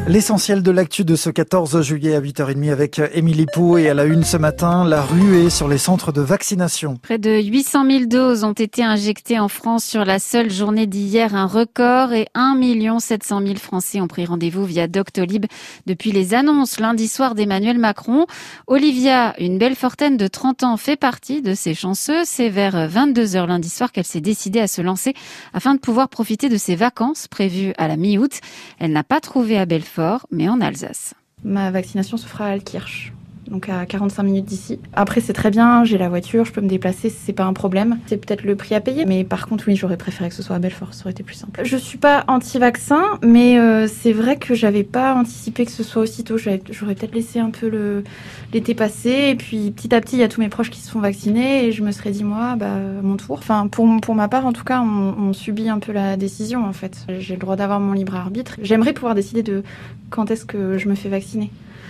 L'essentiel de l'actu de ce 14 juillet à 8h30 avec Émilie Pou, et à la une ce matin, la ruée sur les centres de vaccination. Près de 800 000 doses ont été injectées en France sur la seule journée d'hier, un record, et 1 700 000 Français ont pris rendez-vous via Doctolib depuis les annonces lundi soir d'Emmanuel Macron. Olivia, une Belfortaine de 30 ans, fait partie de ces chanceux. C'est vers 22h lundi soir qu'elle s'est décidée à se lancer afin de pouvoir profiter de ses vacances prévues à la mi-août. Elle n'a pas trouvé à Belfort, mais en Alsace. Ma vaccination se fera à Altkirch, donc à 45 minutes d'ici. Après, c'est très bien, j'ai la voiture, je peux me déplacer, c'est pas un problème. C'est peut-être le prix à payer, mais par contre, oui, j'aurais préféré que ce soit à Belfort, ça aurait été plus simple. Je suis pas anti-vaccin, mais c'est vrai que j'avais pas anticipé que ce soit aussitôt. J'aurais peut-être laissé un peu l'été passer, et puis petit à petit, il y a tous mes proches qui se font vacciner, et je me serais dit, moi, mon tour. Enfin, pour ma part, en tout cas, on subit un peu la décision, en fait. J'ai le droit d'avoir mon libre arbitre. J'aimerais pouvoir décider de quand est-ce que je me fais vacciner.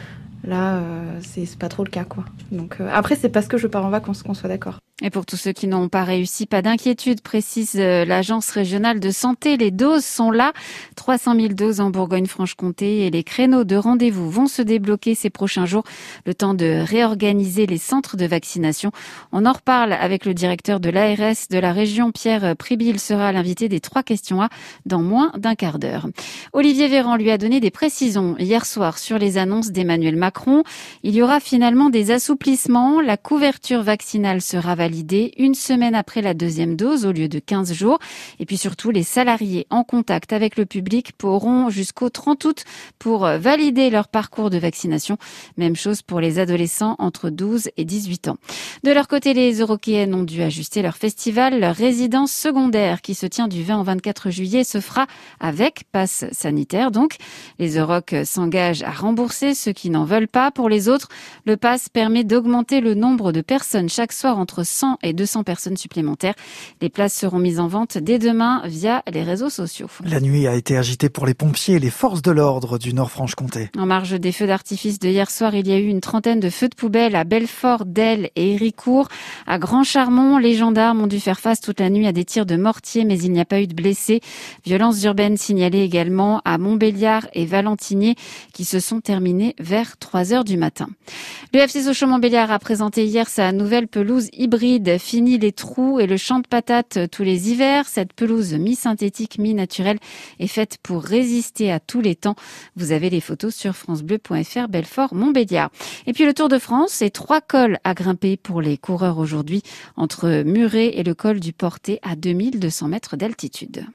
Là, c'est pas trop le cas, quoi. Donc après, c'est parce que je pars en vacances, qu'on soit d'accord. Et pour tous ceux qui n'ont pas réussi, pas d'inquiétude, précise l'Agence régionale de santé. Les doses sont là. 300 000 doses en Bourgogne-Franche-Comté, et les créneaux de rendez-vous vont se débloquer ces prochains jours. Le temps de réorganiser les centres de vaccination. On en reparle avec le directeur de l'ARS de la région, Pierre Pribil, sera l'invité des 3 questions A dans moins d'un quart d'heure. Olivier Véran lui a donné des précisions hier soir sur les annonces d'Emmanuel Macron. Il y aura finalement des assouplissements. La couverture vaccinale sera validée 1 semaine après la 2e dose au lieu de 15 jours. Et puis surtout, les salariés en contact avec le public pourront jusqu'au 30 août pour valider leur parcours de vaccination. Même chose pour les adolescents entre 12 et 18 ans. De leur côté, les Eurockéennes ont dû ajuster leur festival. Leur résidence secondaire qui se tient du 20 au 24 juillet se fera avec passe sanitaire. Donc, les Euroc s'engagent à rembourser ceux qui n'en veulent pas. Pour les autres, le pass permet d'augmenter le nombre de personnes chaque soir entre 100 et 200 personnes supplémentaires. Les places seront mises en vente dès demain via les réseaux sociaux. La nuit a été agitée pour les pompiers et les forces de l'ordre du Nord-Franche-Comté. En marge des feux d'artifice de hier soir, il y a eu une trentaine de feux de poubelle à Belfort, Delle et Héricourt. À Grand-Charmont, les gendarmes ont dû faire face toute la nuit à des tirs de mortier, mais il n'y a pas eu de blessés. Violences urbaines signalées également à Montbéliard et Valentinier, qui se sont terminées vers 3h du matin. Le FC Sochaux-Montbéliard a présenté hier sa nouvelle pelouse hybride. Fini les trous et le champ de patates tous les hivers. Cette pelouse mi-synthétique, mi-naturelle est faite pour résister à tous les temps. Vous avez les photos sur francebleu.fr Belfort-Montbéliard. Et puis le Tour de France, et 3 cols à grimper pour les coureurs aujourd'hui, entre Muret et le col du Portet à 2200 mètres d'altitude.